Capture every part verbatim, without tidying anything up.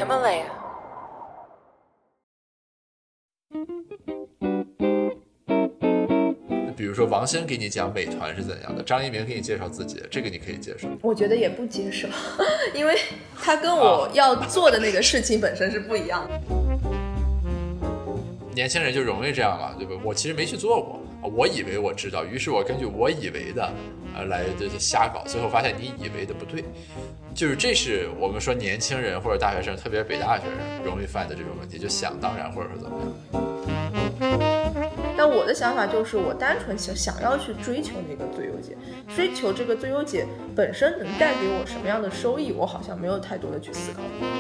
Himalaya。 比如说王兴给你讲美团是怎样的，张一鸣给你介绍自己，这个你可以接受？ 我觉得也不接受，因为他跟我要做的那个事情本身是不一样的。 年轻人就容易这样了，对吧？我其实没去做过，我以为我知道，于是我根据我以为的呃来就是瞎搞，最后发现你以为的不对。就是这是我们说年轻人或者大学生，特别是北大学生容易犯的这种问题，就想当然或者说怎么样。 但我的想法就是，我单纯想想要去追求那个最优解，追求这个最优解本身能带给我什么样的收益，我好像没有太多的去思考。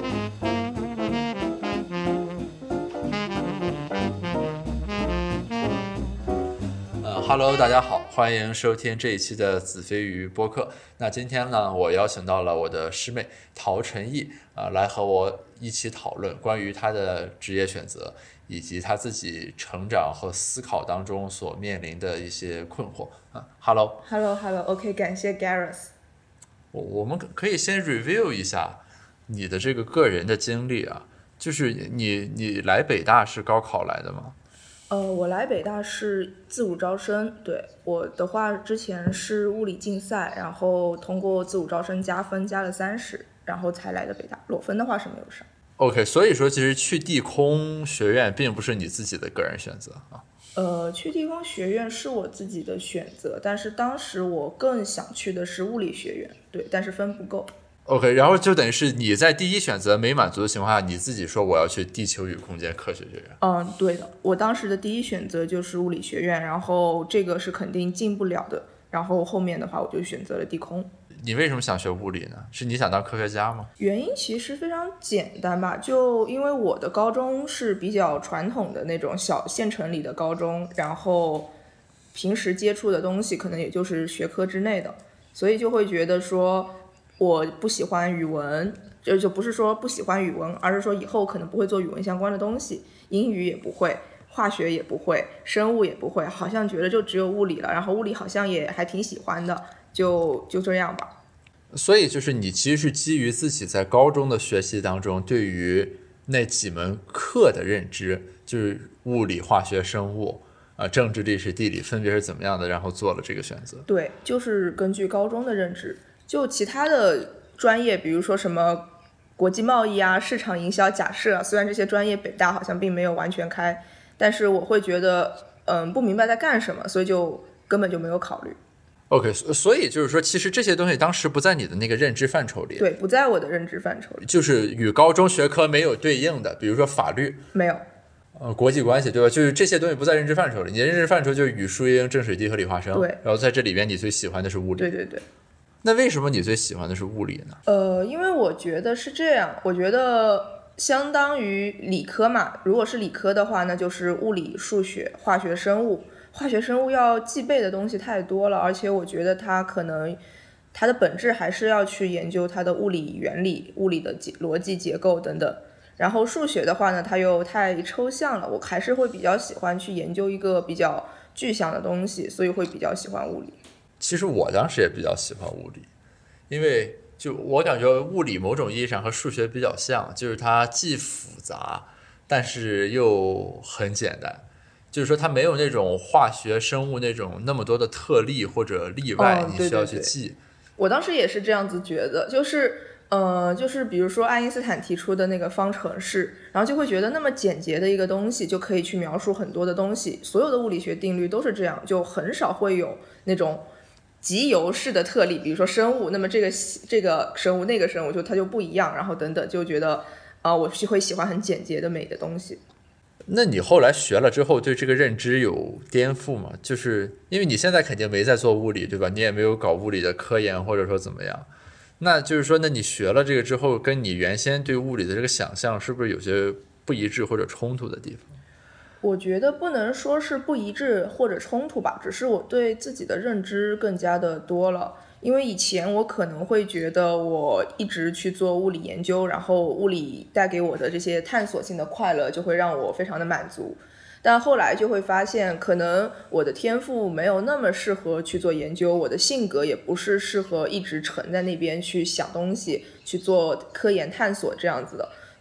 呃 ，Hello， 大家好，欢迎收听这一期的子非鱼播客。那今天呢，我邀请到了我的师妹陶晨毅啊、呃，来和我一起讨论关于她的职业选择，以及他自己成长和思考当中所面临的一些困惑啊。 Hello，Hello，OK， 感谢 Gareth。 我我们可以先 review 一下你的这个个人的经历啊，就是你你来北大是高考来的吗？ 呃，我来北大是自主招生，对，我的话之前是物理竞赛，然后通过自主招生加分加了三十，然后才来的北大，裸分的话是没有上。 OK， 所以说其实去地空学院并不是你自己的个人选择啊。 呃，去地空学院是我自己的选择，但是当时我更想去的是物理学院，对，但是分不够。 OK， 然后就等于是你在第一选择没满足的情况下，你自己说我要去地球与空间科学学院。 嗯，对的，我当时的第一选择就是物理学院，然后这个是肯定进不了的，然后后面的话我就选择了地空。 你为什么想学物理呢？是你想当科学家吗？ 原因其实非常简单吧，就因为我的高中是比较传统的那种小县城里的高中，然后平时接触的东西可能也就是学科之内的，所以就会觉得说我不喜欢语文，就就不是说不喜欢语文，而是说以后可能不会做语文相关的东西，英语也不会，化学也不会，生物也不会，好像觉得就只有物理了，然后物理好像也还挺喜欢的，就就这样吧。 所以就是你其实是基于自己在高中的学习当中对于那几门课的认知，就是物理、化学、生物、呃、政治、历史、地理分别是怎么样的，然后做了这个选择。 对，就是根据高中的认知，就其他的专业，比如说什么国际贸易啊、市场营销、假设，虽然这些专业北大好像并没有完全开，但是我会觉得嗯不明白在干什么，所以就根本就没有考虑。 OK， 所以就是说其实这些东西当时不在你的那个认知范畴里。 对，不在我的认知范畴里， 就是与高中学科没有对应的，比如说法律没有， 呃，国际关系，对吧？就是这些东西不在认知范畴里，你的认知范畴就是语数英、政史地和理化生。 对， 然后在这里边你最喜欢的是物理。 对对对。 那为什么你最喜欢的是物理呢？ 呃，因为我觉得是这样，我觉得相当于理科嘛，如果是理科的话，那就是物理、数学、化学、生物。化学生物要记背的东西太多了，而且我觉得它可能它的本质还是要去研究它的物理原理、物理的逻辑结构等等。然后数学的话呢，它又太抽象了，我还是会比较喜欢去研究一个比较具象的东西，所以会比较喜欢物理。 其实我当时也比较喜欢物理，因为就我感觉物理某种意义上和数学比较像，就是它既复杂但是又很简单，就是说它没有那种化学生物那种那么多的特例或者例外、 哦、 你需要去记。 对对对，我当时也是这样子觉得，就是呃，就是比如说爱因斯坦提出的那个方程式，然后就会觉得那么简洁的一个东西就可以去描述很多的东西，所有的物理学定律都是这样，就很少会有那种极优式的特例，比如说生物，那么这个这个生物那个生物就它就不一样，然后等等，就觉得啊、呃，我是会喜欢很简洁的美的东西。 那你后来学了之后对这个认知有颠覆吗？就是因为你现在肯定没在做物理，对吧？你也没有搞物理的科研或者说怎么样，那就是说那你学了这个之后跟你原先对物理的这个想象是不是有些不一致或者冲突的地方？ 我觉得不能说是不一致或者冲突吧，只是我对自己的认知更加的多了。因为以前我可能会觉得我一直去做物理研究，然后物理带给我的这些探索性的快乐就会让我非常的满足，但后来就会发现可能我的天赋没有那么适合去做研究，我的性格也不是适合一直沉在那边去想东西去做科研探索这样子的，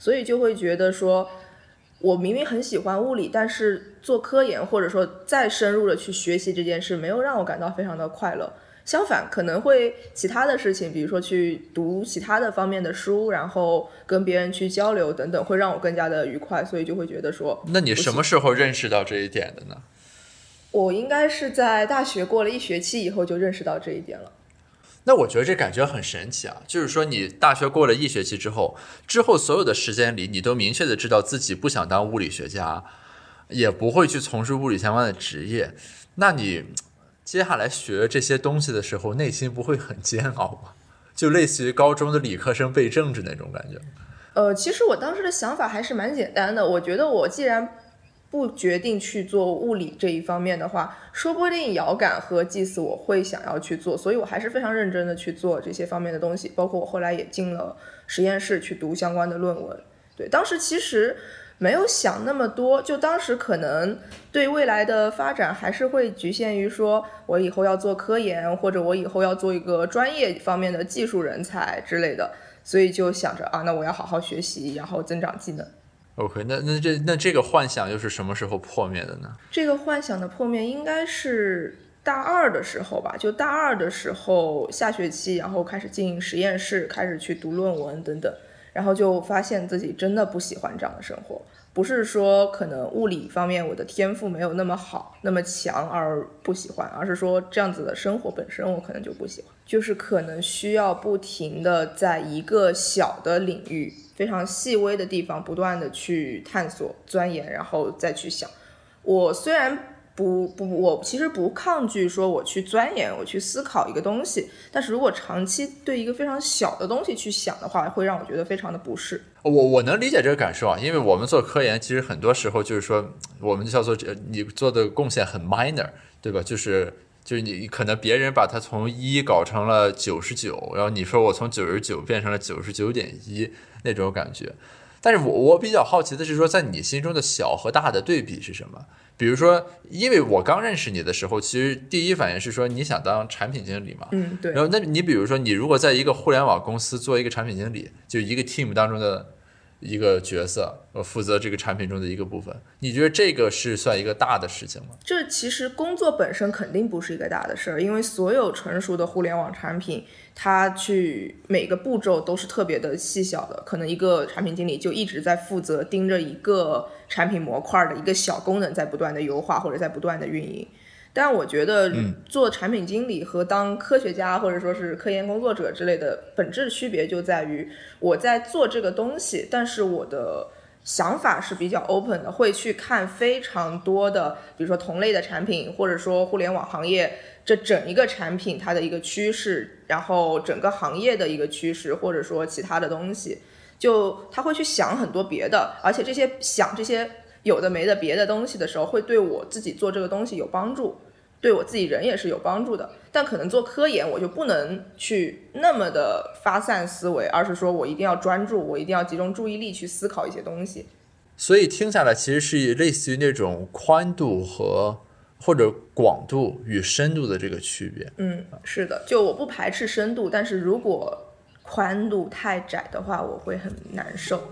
所以就会觉得说我明明很喜欢物理，但是做科研或者说再深入的去学习这件事没有让我感到非常的快乐，相反可能会其他的事情，比如说去读其他的方面的书，然后跟别人去交流等等，会让我更加的愉快，所以就会觉得说。 那你什么时候认识到这一点的呢？ 我应该是在大学过了一学期以后就认识到这一点了。 那我觉得这感觉很神奇啊，就是说你大学过了一学期之后，之后所有的时间里你都明确的知道自己不想当物理学家，也不会去从事物理相关的职业，那你接下来学这些东西的时候内心不会很煎熬吗？就类似于高中的理科生背政治那种感觉。 呃，其实我当时的想法还是蛮简单的，我觉得我既然不决定去做物理这一方面的话，说不定遥感和祭祀我会想要去做，所以我还是非常认真的去做这些方面的东西，包括我后来也进了实验室去读相关的论文。对，当时其实没有想那么多，就当时可能对未来的发展还是会局限于说我以后要做科研，或者我以后要做一个专业方面的技术人才之类的，所以就想着啊，那我要好好学习，然后增长技能。 OK， 那那这那这个幻想又是什么时候破灭的呢？ 这个幻想的破灭应该是大二的时候吧，就大二的时候下学期，然后开始进实验室，开始去读论文等等，然后就发现自己真的不喜欢这样的生活。不是说可能物理方面我的天赋没有那么好那么强而不喜欢，而是说这样子的生活本身我可能就不喜欢，就是可能需要不停的在一个小的领域非常细微的地方不断的去探索钻研，然后再去想。我虽然不不，我其实不抗拒说我去钻研，我去思考一个东西，但是如果长期对一个非常小的东西去想的话，会让我觉得非常的不适。 我我能理解这个感受啊，因为我们做科研，其实很多时候就是说，我们叫做你做的贡献很 minor， 对吧？就是就是你可能别人把它从一搞成了九十九，然后你说我从九十九变成了九十九点一那种感觉。但是我我比较好奇的是说，在你心中的小和大的对比是什么？比如说，因为我刚认识你的时候，其实第一反应是说你想当产品经理嘛， 嗯，对。 然后那你比如说，你如果在一个互联网公司做一个产品经理，就一个 team 当中的一个角色，呃，负责这个产品中的一个部分，你觉得这个是算一个大的事情吗？ 这其实工作本身肯定不是一个大的事儿，因为所有成熟的互联网产品，它去每个步骤都是特别的细小的，可能一个产品经理就一直在负责盯着一个产品模块的一个小功能在不断的优化或者在不断的运营。但我觉得做产品经理和当科学家或者说是科研工作者之类的本质区别就在于我在做这个东西，但是我的想法是比较 open 的，会去看非常多的比如说同类的产品，或者说互联网行业这整一个产品它的一个趋势，然后整个行业的一个趋势，或者说其他的东西，就他会去想很多别的，而且这些想这些有的没的别的东西的时候，会对我自己做这个东西有帮助，对我自己人也是有帮助的。但可能做科研我就不能去那么的发散思维，而是说我一定要专注，我一定要集中注意力去思考一些东西。 所以听下来其实是类似于那种宽度和或者广度与深度的这个区别。 嗯，是的，就我不排斥深度，但是如果宽度太窄的话我会很难受。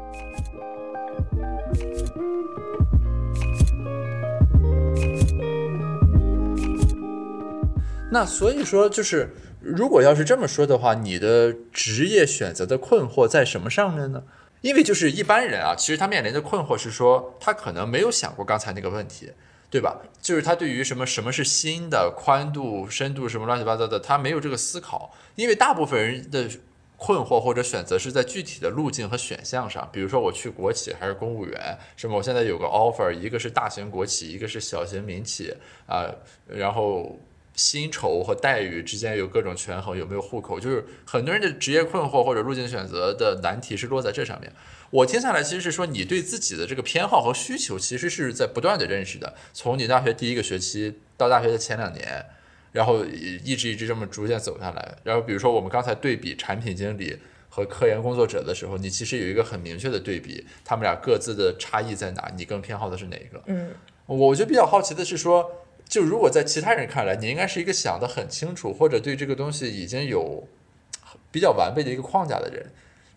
那所以说就是如果要是这么说的话，你的职业选择的困惑在什么上面呢？因为就是一般人啊，其实他面临的困惑是说他可能没有想过刚才那个问题，对吧？就是他对于什么什么是新的宽度深度什么乱七八糟的，他没有这个思考。因为大部分人的困惑或者选择是在具体的路径和选项上，比如说我去国企还是公务员，什么我现在有个 offer， 一个是大型国企，一个是小型民企啊、呃，然后薪酬和待遇之间有各种权衡，有没有户口，就是很多人的职业困惑或者路径选择的难题是落在这上面。我听下来其实是说你对自己的这个偏好和需求其实是在不断的认识的，从你大学第一个学期到大学的前两年，然后一直一直这么逐渐走下来。然后比如说我们刚才对比产品经理和科研工作者的时候，你其实有一个很明确的对比，他们俩各自的差异在哪，你更偏好的是哪个？ 嗯， 我就比较好奇的是说，就如果在其他人看来，你应该是一个想得很清楚，或者对这个东西已经有比较完备的一个框架的人，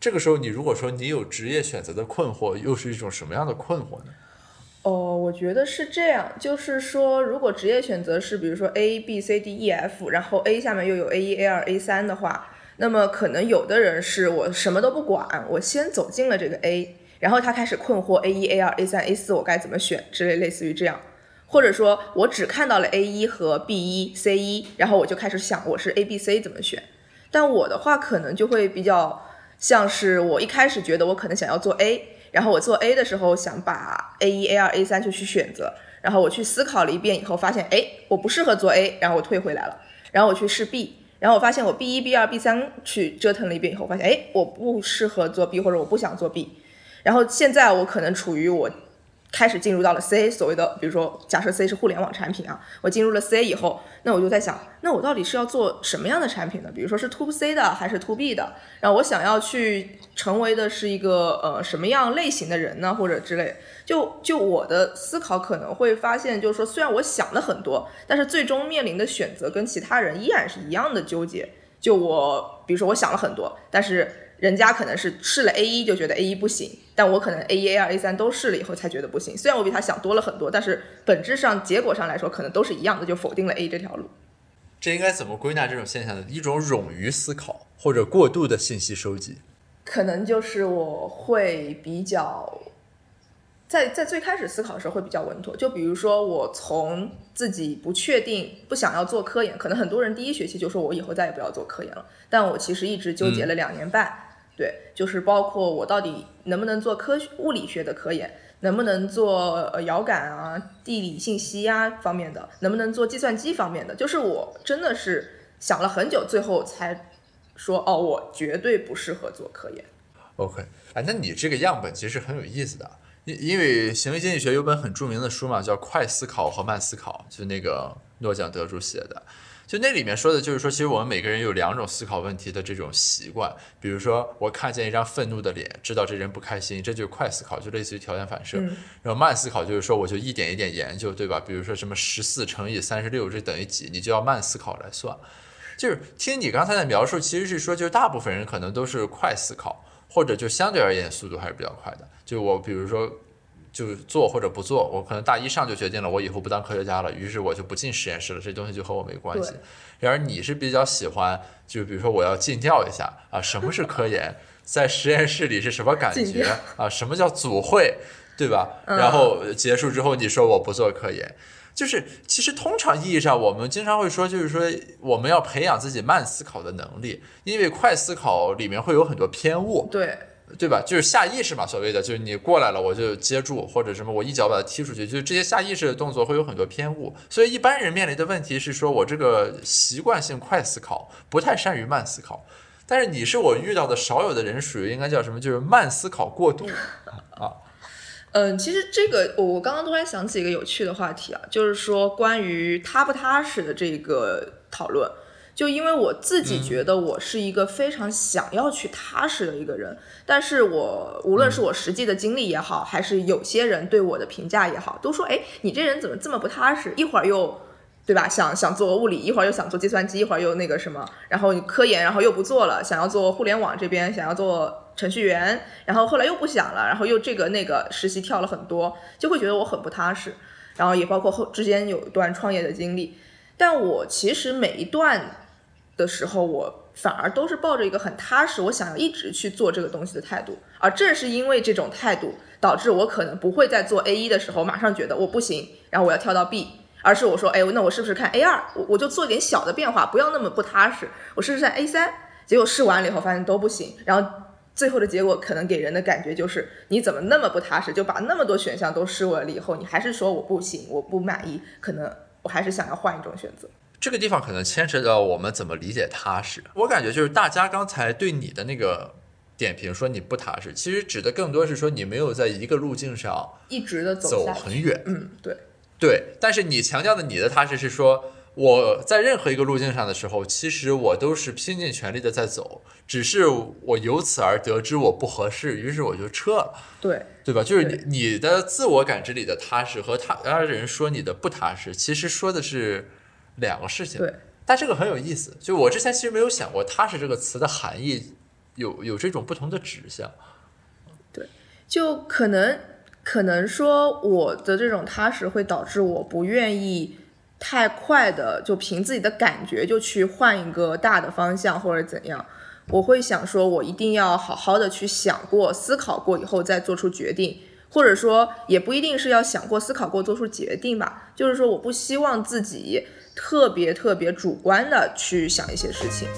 这个时候你如果说你有职业选择的困惑，又是一种什么样的困惑呢？ 哦，我觉得是这样，就是说，如果职业选择是比如说 A B C D E F， 然后 A 下面又有 A 一 A 二 A 三的话，那么可能有的人是我什么都不管，我先走进了这个 A， 然后他开始困惑 A 一 A 二 A 三 A 四我该怎么选之类，类似于这样。或者说我只看到了 A 一 和 B 一 C 一，然后我就开始想我是 A B C 怎么选。但我的话可能就会比较像是我一开始觉得我可能想要做 A，然后我做 A 的时候想把 A 一 A 二 A 三就去选择，然后我去思考了一遍以后发现哎我不适合做 A， 然后我退回来了，然后我去试 B， 然后我发现我 B 一 B 二 B 三去折腾了一遍以后发现哎我不适合做 B 或者我不想做 B， 然后现在我可能处于我开始进入到了 C， 所谓的比如说假设 C 是互联网产品啊，我进入了 C 以后，那我就在想那我到底是要做什么样的产品呢？比如说是 to C 的还是 to B 的，然后我想要去成为的是一个呃什么样类型的人呢，或者之类。就就我的思考可能会发现，就是说虽然我想了很多，但是最终面临的选择跟其他人依然是一样的纠结。就我比如说我想了很多，但是人家可能是试了 A 一 就觉得 A 一 不行，但我可能 A 一 A 二 A 三都试了以后才觉得不行。虽然我比他想多了很多，但是本质上结果上来说可能都是一样的，就否定了 A 这条路。 这应该怎么归纳这种现象呢？一种冗余思考或者过度的信息收集。 可能就是我会比较在在最开始思考的时候会比较稳妥，就比如说我从自己不确定不想要做科研，可能很多人第一学期就说我以后再也不要做科研了，但我其实一直纠结了两年半、嗯、对，就是包括我到底能不能做科学物理学的科研，能不能做呃遥感啊地理信息啊方面的，能不能做计算机方面的，就是我真的是想了很久，最后才说哦我绝对不适合做科研。 OK， 哎，那你这个样本其实很有意思的，因为行为经济学有本很著名的书嘛，叫《快思考和慢思考》，就那个诺奖得主写的。就那里面说的就是说，其实我们每个人有两种思考问题的这种习惯。比如说，我看见一张愤怒的脸，知道这人不开心，这就是快思考，就类似于条件反射。 嗯、 然后慢思考就是说，我就一点一点研究，对吧？比如说什么十四乘以三十六这等于几，你就要慢思考来算。就是听你刚才的描述，其实是说，就是大部分人可能都是快思考。或者就相对而言速度还是比较快的，就我比如说就做或者不做，我可能大一上就决定了我以后不当科学家了，于是我就不进实验室了，这东西就和我没关系。然而你是比较喜欢就比如说我要尽调一下啊，什么是科研，在实验室里是什么感觉啊，什么叫组会，对吧？然后结束之后你说我不做科研，就是其实通常意义上我们经常会说，就是说我们要培养自己慢思考的能力，因为快思考里面会有很多偏误， 对对吧？就是下意识嘛，所谓的就是你过来了我就接住，或者什么我一脚把它踢出去，就是这些下意识的动作会有很多偏误。所以一般人面临的问题是说，我这个习惯性快思考，不太善于慢思考。但是你是我遇到的少有的人，属于应该叫什么，就是慢思考过度啊。 嗯，其实这个我刚刚突然想起一个有趣的话题啊，就是说关于踏不踏实的这个讨论。就因为我自己觉得我是一个非常想要去踏实的一个人、嗯、但是我无论是我实际的经历也好、嗯、还是有些人对我的评价也好，都说哎，你这人怎么这么不踏实，一会儿又对吧想想做物理，一会儿又想做计算机，一会儿又那个什么，然后科研然后又不做了，想要做互联网这边想要做程序员，然后后来又不想了，然后又这个那个实习跳了很多，就会觉得我很不踏实。然后也包括后之间有一段创业的经历，但我其实每一段的时候我反而都是抱着一个很踏实，我想要一直去做这个东西的态度，而正是因为这种态度导致我可能不会在做 A 一 的时候马上觉得我不行，然后我要跳到 B， 而是我说哎，那我是不是看 A 二， 我, 我就做点小的变化，不要那么不踏实，我试试看 A 三， 结果试完了以后发现都不行，然后最后的结果可能给人的感觉就是你怎么那么不踏实，就把那么多选项都试完了以后，你还是说我不行，我不满意，可能我还是想要换一种选择。 这个地方可能牵扯到我们怎么理解踏实。我感觉就是大家刚才对你的那个点评说你不踏实，其实指的更多是说你没有在一个路径上一直的走很远。 嗯，对对。但是你强调的你的踏实是说我在任何一个路径上的时候，其实我都是拼尽全力的在走，只是我由此而得知我不合适，于是我就撤了。 对对吧？就是你你的自我感知里的踏实和他人说你的不踏实，其实说的是两个事情。 对， 但这个很有意思，就我之前其实没有想过踏实这个词的含义有有这种不同的指向。 对，就可能可能说我的这种踏实会导致我不愿意太快的就凭自己的感觉就去换一个大的方向或者怎样。我会想说我一定要好好的去想过思考过以后再做出决定，或者说也不一定是要想过思考过做出决定吧，就是说我不希望自己特别特别主观的去想一些事情。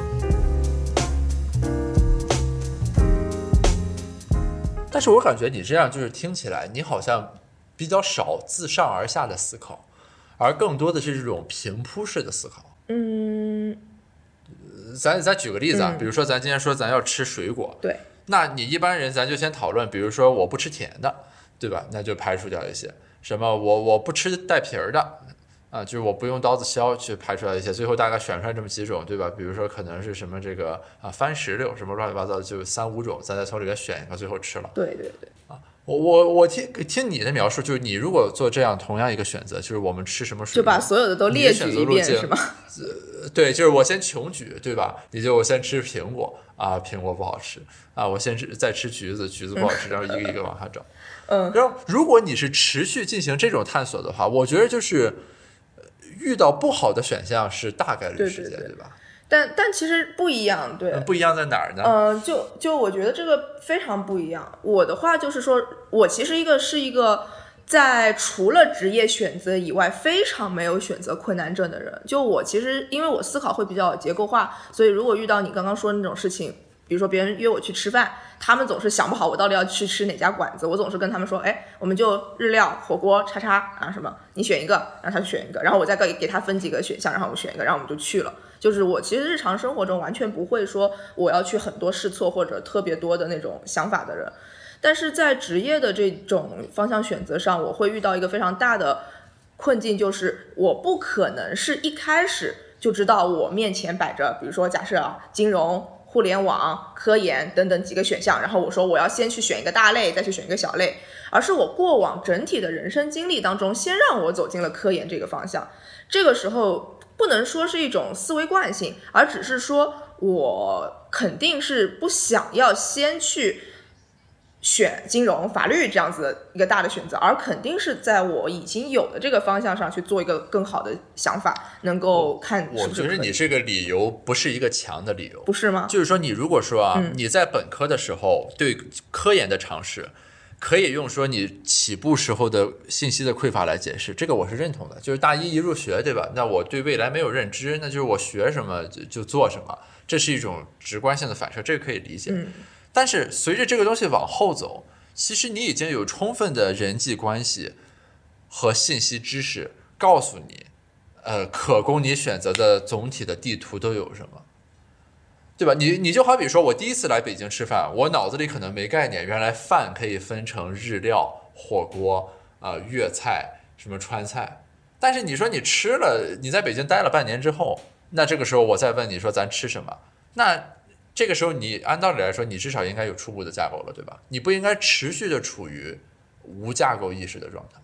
但是我感觉你这样就是听起来你好像比较少自上而下的思考，而更多的是这种平铺式的思考。 嗯， 咱咱举个例子啊、 嗯， 比如说咱今天说咱要吃水果， 对， 那你一般人咱就先讨论，比如说我不吃甜的，对吧？那就排除掉一些。什么我我不吃带皮儿的啊，就是我不用刀子削，去排除掉一些，最后大概选出来这么几种，对吧？比如说可能是什么这个啊番石榴，什么乱七八糟的，就三五种，咱再从里面选一个，最后吃了。 对对对。 啊，我我我听听你的描述，就是你如果做这样同样一个选择，就是我们吃什么水果， 就把所有的都列举一遍是吗？ 呃，对，就是我先穷举，对吧？你就我先吃苹果啊，苹果不好吃啊，我先吃再吃橘子，橘子不好吃，然后一个一个往下找。 嗯， 然后如果你是持续进行这种探索的话，我觉得就是遇到不好的选项是大概率事件， 对, 对, 对, 对吧？ 但但其实不一样，对， 不一样在哪儿呢？ 呃，就就我觉得这个非常不一样。我的话就是说，我其实一个是一个在除了职业选择以外非常没有选择困难症的人。就我其实因为我思考会比较结构化，所以如果遇到你刚刚说的那种事情，比如说别人约我去吃饭，他们总是想不好我到底要去吃哪家馆子，我总是跟他们说，哎，我们就日料火锅叉叉啊什么，你选一个，然后他选一个，然后我再给给他分几个选项，然后我选一个，然后我们就去了。就是我其实日常生活中完全不会说我要去很多试错或者特别多的那种想法的人，但是在职业的这种方向选择上，我会遇到一个非常大的困境，就是我不可能是一开始就知道我面前摆着，比如说假设啊，金融、互联网、科研等等几个选项，然后我说我要先去选一个大类，再去选一个小类，而是我过往整体的人生经历当中，先让我走进了科研这个方向。这个时候不能说是一种思维惯性，而只是说我肯定是不想要先去选金融、法律这样子的一个大的选择，而肯定是在我已经有的这个方向上去做一个更好的想法，能够看是不是可以。 我觉得你这个理由不是一个强的理由， 不是吗？ 就是说你如果说啊， 嗯、 你在本科的时候对科研的尝试可以用说你起步时候的信息的匮乏来解释，这个我是认同的。就是大一一入学，对吧？那我对未来没有认知，那就是我学什么就就做什么，这是一种直观性的反射，这个可以理解。 嗯， 但是随着这个东西往后走，其实你已经有充分的人际关系和信息知识告诉你，呃，可供你选择的总体的地图都有什么。对吧？你你就好比说，我第一次来北京吃饭，我脑子里可能没概念，原来饭可以分成日料、火锅、呃粤菜、什么川菜。但是你说你吃了，你在北京待了半年之后，那这个时候我再问你说咱吃什么，那这个时候你按道理来说，你至少应该有初步的架构了，对吧？你不应该持续的处于无架构意识的状态。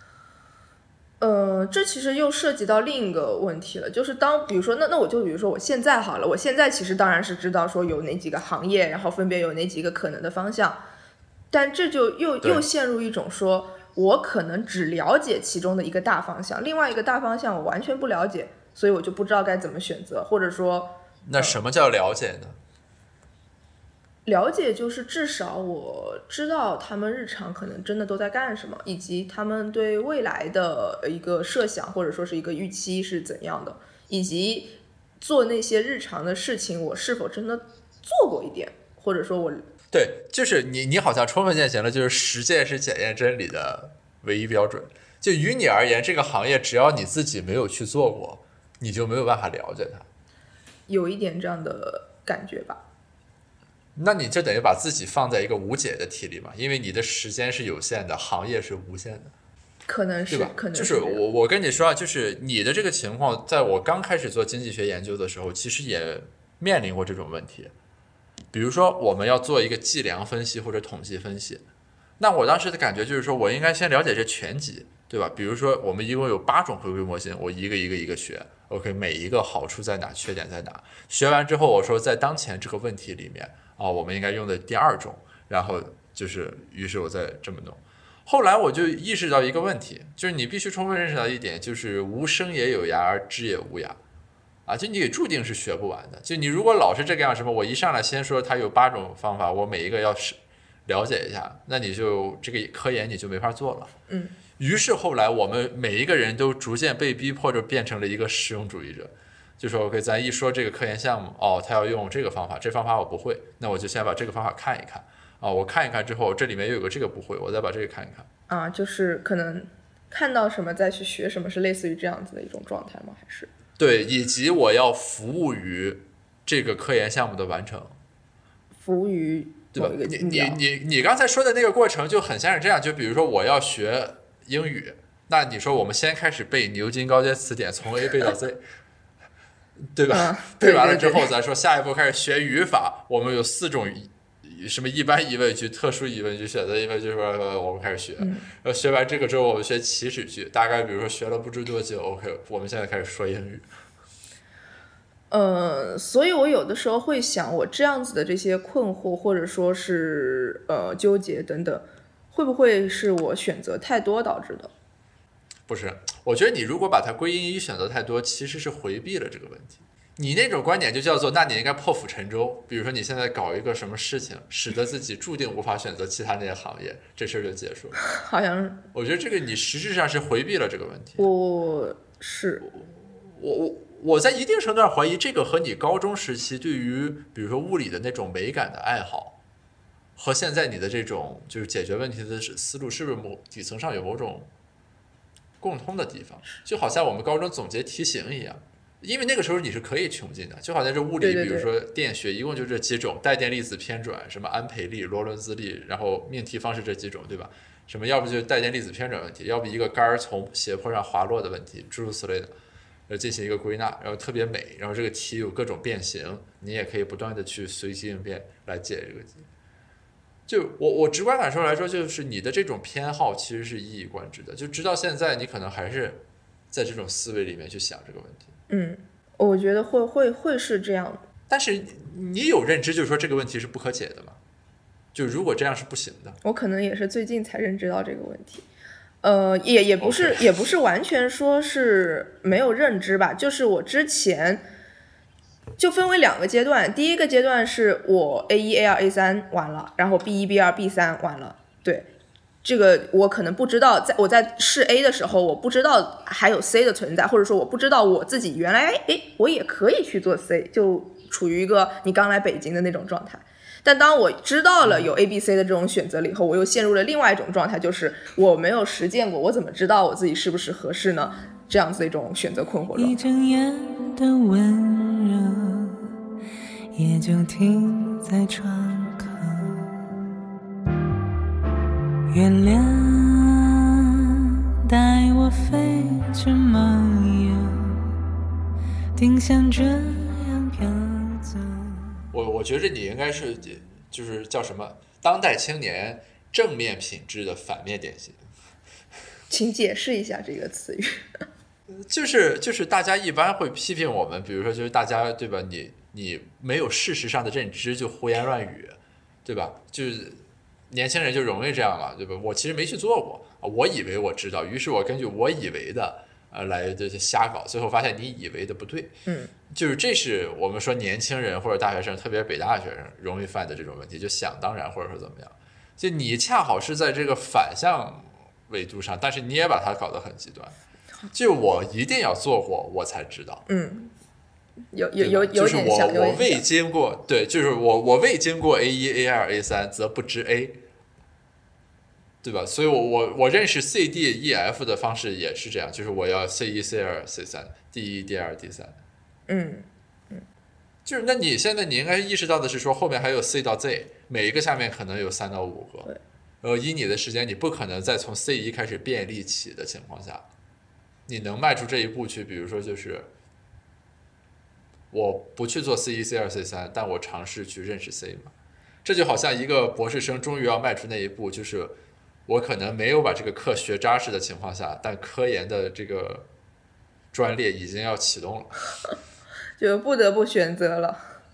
呃，这其实又涉及到另一个问题了，就是当比如说那那我就比如说我现在好了，我现在其实当然是知道说有哪几个行业，然后分别有哪几个可能的方向，但这就又又陷入一种说我可能只了解其中的一个大方向，另外一个大方向我完全不了解，所以我就不知道该怎么选择，或者说那什么叫了解呢？呃了解就是至少我知道他们日常可能真的都在干什么，以及他们对未来的一个设想或者说是一个预期是怎样的，以及做那些日常的事情我是否真的做过一点，或者说我对，就是你你好像充分践行了就是实践是检验真理的唯一标准。就于你而言，这个行业只要你自己没有去做过，你就没有办法了解它。 有一点这样的感觉吧。 那你就等于把自己放在一个无解的题里嘛，因为你的时间是有限的，行业是无限的， 可能是， 对吧？ 可能是就是我我跟你说啊，就是你的这个情况，在我刚开始做经济学研究的时候，其实也面临过这种问题。比如说，我们要做一个计量分析或者统计分析，那我当时的感觉就是说，我应该先了解这全集，对吧？比如说，我们一共有八种回归模型，我一个一个一个学 ，OK， 每一个好处在哪，缺点在哪？学完之后，我说在当前这个问题里面。 哦，我们应该用的第二种，然后就是于是我再这么弄。后来我就意识到一个问题，就是你必须充分认识到一点，就是无声也有涯，而知也无涯啊，就你注定是学不完的。就你如果老是这个样，什么我一上来先说它有八种方法，我每一个要是了解一下，那你就这个科研你就没法做了。 嗯。 于是后来我们每一个人都逐渐被逼迫着变成了一个实用主义者，就说 OK， 咱一说这个科研项目，哦，他要用这个方法，这方法我不会，那我就先把这个方法看一看。啊，我看一看之后，这里面又有个这个不会，我再把这个看一看。 啊，就是可能看到什么再去学什么，是类似于这样子的一种状态吗？还是？ 对，以及我要服务于这个科研项目的完成， 服务于对吧？你你你你刚才说的那个过程就很像是这样，就比如说我要学英语，那你说我们先开始背牛津高阶词典，从 A 背到 Z。对吧？ 嗯、对背完了之后，咱说下一步开始学语法，我们有四种什么一般疑问句、特殊疑问句、选择疑问句，说我们开始学。 嗯、 然后学完这个之后，我们学祈使句，大概比如说学了不知多久 ，OK， 我们现在开始说英语。 呃，所以我有的时候会想，我这样子的这些困惑，或者说是呃纠结等等，会不会是我选择太多导致的？ 不是，我觉得你如果把它归因于选择太多，其实是回避了这个问题。你那种观点就叫做，那你应该破釜沉舟。比如说你现在搞一个什么事情，使得自己注定无法选择其他那些行业，这事儿就结束了。 好像我觉得这个你实质上是回避了这个问题。 我是我我我在一定程度上怀疑，这个和你高中时期对于比如说物理的那种美感的爱好，和现在你的这种就是解决问题的思路，是不是某底层上有某种共通的地方？就好像我们高中总结题型一样，因为那个时候你是可以穷尽的，就好像这物理， 对对对， 比如说电学，一共就这几种：带电粒子偏转，什么安培力、罗伦兹力，然后命题方式这几种，对吧？什么要不就是带电粒子偏转问题，要不一个杆从斜坡上滑落的问题，诸如此类的，然后进行一个归纳，然后特别美，然后这个题有各种变形，你也可以不断的去随机应变来解这个题。就我我直观感受来说，就是你的这种偏好其实是一以贯之的，就直到现在，你可能还是在这种思维里面去想这个问题。 嗯，我觉得会会会是这样。 但是你有认知，就是说这个问题是不可解的吗？就如果这样是不行的。 我可能也是最近才认知到这个问题。呃，也也不是、okay. 也不是完全说是没有认知吧，就是我之前就分为两个阶段，第一个阶段是我 A 一 A 二 A 三完了，然后 B 一 B 二 B 三完了，对，这个我可能不知道，在我在试 A 的时候我不知道还有 C 的存在，或者说我不知道我自己原来哎我也可以去做 C， 就处于一个你刚来北京的那种状态。但当我知道了有 A、B、C 的这种选择了以后，我又陷入了另外一种状态，就是我没有实践过，我怎么知道我自己是不是合适呢？这样子的一种选择困惑状态。一睁眼的温热也就停在窗口，月亮带我飞去梦游，定像这样飘走。 我我觉得你应该是就是叫什么当代青年正面品质的反面典型。 请解释一下这个词语。 就是就是大家一般会批评我们，比如说就是大家对吧，你你没有事实上的认知就胡言乱语，对吧？就是年轻人就容易这样嘛，对吧？我其实没去做过，我以为我知道，于是我根据我以为的呃来就是瞎搞，最后发现你以为的不对。 嗯， 就是这是我们说年轻人或者大学生，特别北大学生容易犯的这种问题，就想当然或者说怎么样。就你恰好是在这个反向维度上，但是你也把它搞得很极端。就我一定要做过，我才知道。 嗯，有有有有点像，就是我我未经过，对，就是我我未经过 A 一 A 二 A 三，则不知 A， 对吧？所以我我我认识 C D E F 的方式也是这样，就是我要 C 一 C 二 C 三 D 一 D 二 D 三。 嗯嗯， 就是那你现在你应该意识到的是说后面还有 C 到 Z， 每一个下面可能有三到五个。 对。 然后以你的时间，你不可能再从 C 一开始便利起的情况下。你能迈出这一步去，比如说就是我不去做 C 一 C 二 C 三，但我尝试去认识 C 嘛，这就好像一个博士生终于要迈出那一步，就是我可能没有把这个课学扎实的情况下，但科研的这个专列已经要启动了， 就不得不选择了。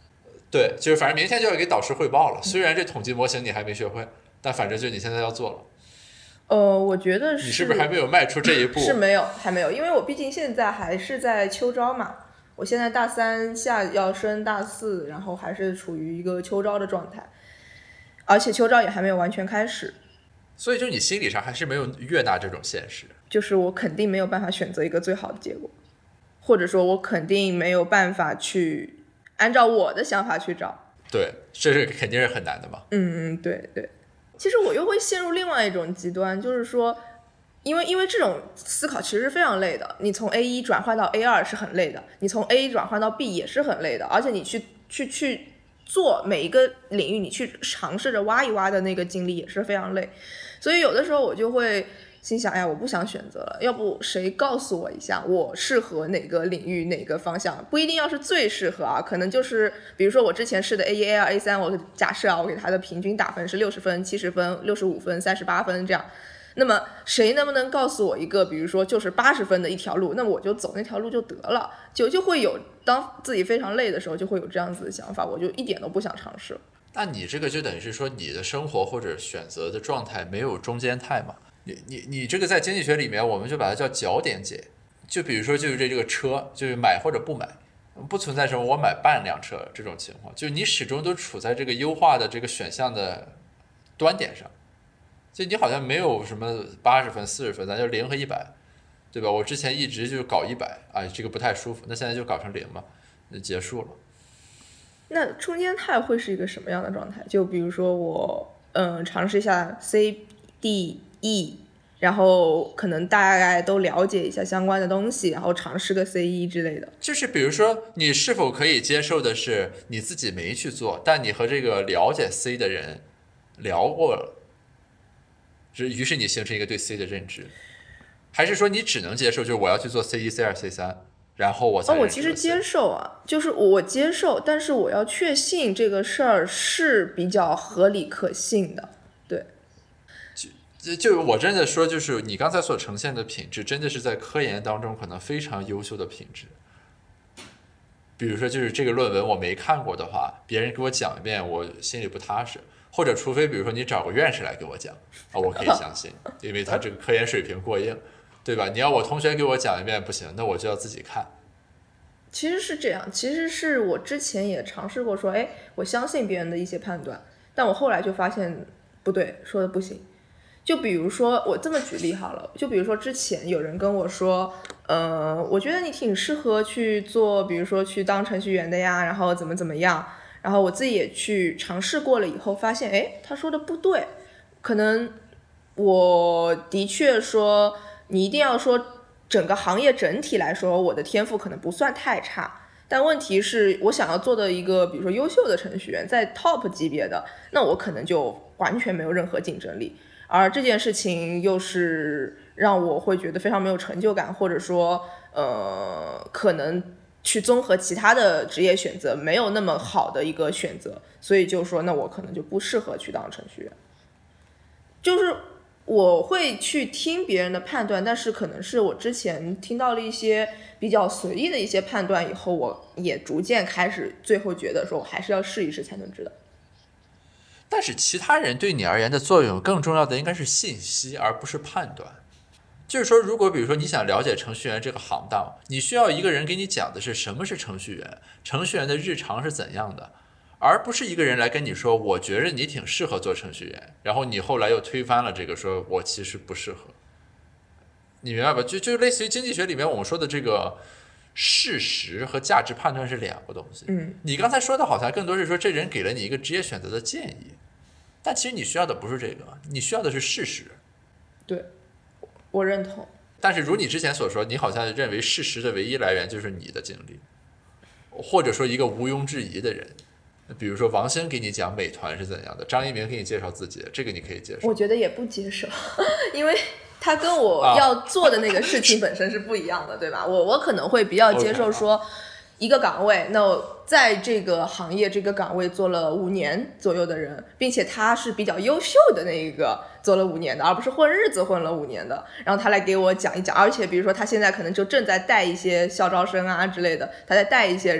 对，就是反正明天就要给导师汇报了。虽然这统计模型你还没学会，但反正就你现在要做了。 呃，我觉得是。 你是不是还没有迈出这一步？ 是没有，还没有，因为我毕竟现在还是在秋招嘛。我现在大三下要升大四，然后还是处于一个秋招的状态，而且秋招也还没有完全开始。 所以就你心理上还是没有悦纳这种现实， 就是我肯定没有办法选择一个最好的结果，或者说我肯定没有办法去按照我的想法去找。 对，这是肯定是很难的嘛。 嗯嗯，对对。其实我又会陷入另外一种极端，就是说因为因为这种思考其实是非常累的，你从 A 一 转换到 A 二 是很累的，你从 A 转换到 B 也是很累的，而且你去去去做每一个领域，你去尝试着挖一挖的那个经历也是非常累。所以有的时候我就会心想，哎呀，我不想选择了，要不谁告诉我一下我适合哪个领域哪个方向，不一定要是最适合啊，可能就是比如说我之前试的 A 一 A 二 A 三，我假设啊，我给它的平均打分是六十分七十分六十五分三十八分这样，那么谁能不能告诉我一个比如说就是八十分的一条路，那么我就走那条路就得了，就就会有当自己非常累的时候就会有这样子的想法，我就一点都不想尝试。 那你这个就等于是说你的生活或者选择的状态没有中间态嘛？你你你这个在经济学里面我们就把它叫角点解，就比如说就是这这个车就是买或者不买，不存在什么我买半辆车这种情况，就你始终都处在这个优化的这个选项的端点上，就你好像没有什么八十分四十分，咱就零和一百，对吧？我之前一直就搞一百，啊，这个不太舒服，那现在就搞成零嘛，就结束了。 那中间态会是一个什么样的状态？就比如说我嗯尝试一下 C D E， 然后可能大概都了解一下相关的东西，然后尝试个 C 一 之类的。 就是比如说你是否可以接受的是你自己没去做，但你和这个了解 C 的人聊过了，于是你形成一个对 C 的认知，还是说你只能接受就是我要去做 C 一 C 二 C 三，然后我才认识 C？ 哦，我其实接受啊，就是我接受，但是我要确信这个事儿是比较合理可信的。对， 就就我真的说，就是你刚才所呈现的品质，真的是在科研当中可能非常优秀的品质。比如说，就是这个论文我没看过的话，别人给我讲一遍，我心里不踏实。或者，除非比如说你找个院士来给我讲，啊，我可以相信，因为他这个科研水平过硬，对吧？你要我同学给我讲一遍不行，那我就要自己看。 其实是这样，其实是我之前也尝试过说，哎，我相信别人的一些判断，但我后来就发现不对，说的不行。就比如说我这么举例好了，就比如说之前有人跟我说，呃，我觉得你挺适合去做，比如说去当程序员的呀，然后怎么怎么样，然后我自己也去尝试过了以后发现，哎，他说的不对，可能我的确说你一定要说整个行业整体来说我的天赋可能不算太差，但问题是我想要做的一个比如说优秀的程序员，在 top 级别的，那我可能就完全没有任何竞争力，而这件事情又是让我会觉得非常没有成就感，或者说呃，可能去综合其他的职业选择没有那么好的一个选择，所以就说那我可能就不适合去当程序员。就是我会去听别人的判断，但是可能是我之前听到了一些比较随意的一些判断以后，我也逐渐开始最后觉得说我还是要试一试才能知道。 但是其他人对你而言的作用更重要的应该是信息，而不是判断。就是说，如果比如说你想了解程序员这个行当，你需要一个人给你讲的是什么是程序员，程序员的日常是怎样的，而不是一个人来跟你说我觉得你挺适合做程序员，然后你后来又推翻了这个，说我其实不适合。你明白吧？就就类似于经济学里面我们说的这个事实和价值判断是两个东西。 嗯， 你刚才说的好像更多是说这人给了你一个职业选择的建议，但其实你需要的不是这个，你需要的是事实。 对，我认同。 但是如你之前所说，你好像认为事实的唯一来源就是你的经历，或者说一个毋庸置疑的人，比如说王兴给你讲美团是怎样的，张一鸣给你介绍字节，这个你可以接受。 我觉得也不接受，因为他跟我要做的那个事情本身是不一样的，啊、对吧？我我可能会比较接受说一个岗位，那我在这个行业这个岗位做了五年左右的人，并且他是比较优秀的那一个做了五年的，而不是混日子混了五年的，然后他来给我讲一讲，而且比如说他现在可能就正在带一些校招生啊之类的，他在带一些人，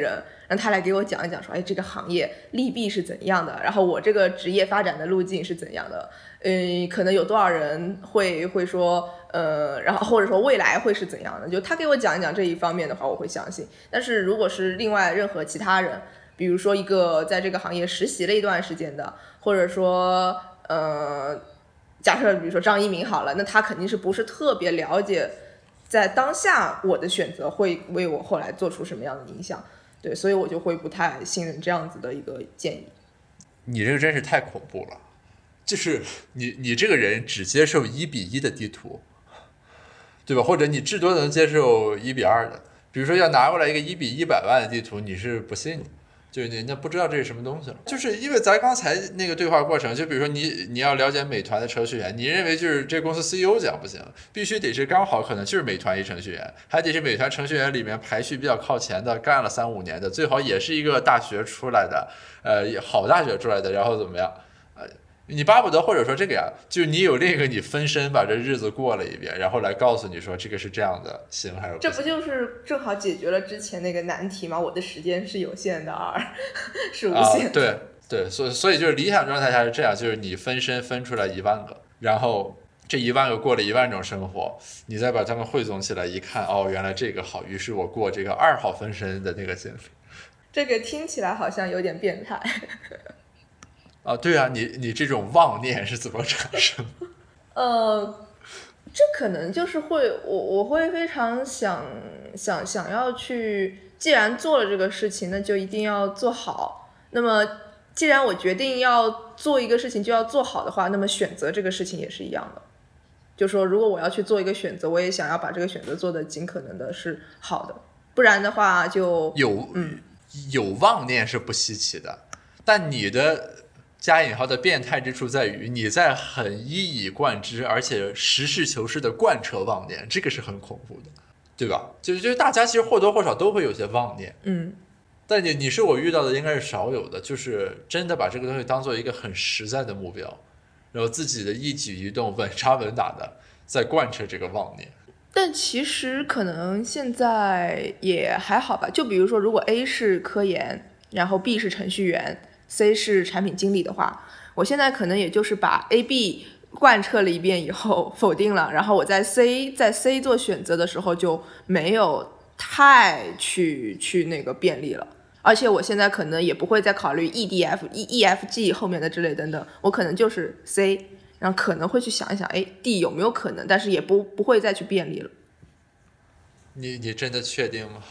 让他来给我讲一讲说，哎，这个行业利弊是怎样的，然后我这个职业发展的路径是怎样的，嗯，可能有多少人会会说，呃，然后或者说未来会是怎样的，就他给我讲一讲这一方面的话，我会相信。但是如果是另外任何其他人，比如说一个在这个行业实习了一段时间的，或者说，呃，假设比如说张一鸣好了，那他肯定是不是特别了解在当下我的选择会为我后来做出什么样的影响，对，所以我就会不太信任这样子的一个建议。 你这个真是太恐怖了，就是你你这个人只接受一比一的地图，对吧？或者你至多能接受一比二的，比如说要拿过来一个一比一百万的地图，你是不信的。就是人家不知道这是什么东西了，就是因为咱刚才那个对话过程，就比如说你你要了解美团的程序员，你认为就是这公司 C E O 讲不行，必须得是刚好可能就是美团一程序员，还得是美团程序员里面排序比较靠前的，干了三五年的，最好也是一个大学出来的，呃，好大学出来的，然后怎么样？呃，你巴不得或者说这个呀，就是你有另一个你分身把这日子过了一遍，然后来告诉你说这个是这样的行还是不行？ 这不就是正好解决了之前那个难题吗？我的时间是有限的，二是无限的。 啊、对对，所以所以就是理想状态下是这样，就是你分身分出来一万个，然后这一万个过了一万种生活，你再把它们汇总起来一看，哦，原来这个好，于是我过这个二号分身的那个经历。 这个听起来好像有点变态。 啊，对啊，你你这种妄念是怎么产生？ 呃，这可能就是会我我会非常想想想要去，既然做了这个事情，那就一定要做好。那么既然我决定要做一个事情就要做好的话，那么选择这个事情也是一样的。就说如果我要去做一个选择，我也想要把这个选择做的尽可能的是好的，不然的话就有嗯有妄念是不稀奇的，但你的加引号的变态之处在于你在很一以贯之，而且实事求是的贯彻妄念，这个是很恐怖的，对吧？就是就是大家其实或多或少都会有些妄念， 嗯， 但你你是我遇到的应该是少有的，就是真的把这个东西当做一个很实在的目标，然后自己的一举一动稳扎稳打的在贯彻这个妄念。 但其实可能现在也还好吧，就比如说如果 A 是科研，然后 B 是程序员，C 是产品经理的话，我现在可能也就是把 A、B 贯彻了一遍以后否定了，然后我在 C 在 C 做选择的时候就没有太去去那个便利了，而且我现在可能也不会再考虑 E D F E E F G 后面的之类等等，我可能就是 C， 然后可能会去想一想，哎 D 有没有可能，但是也不不会再去便利了。 你你真的确定吗？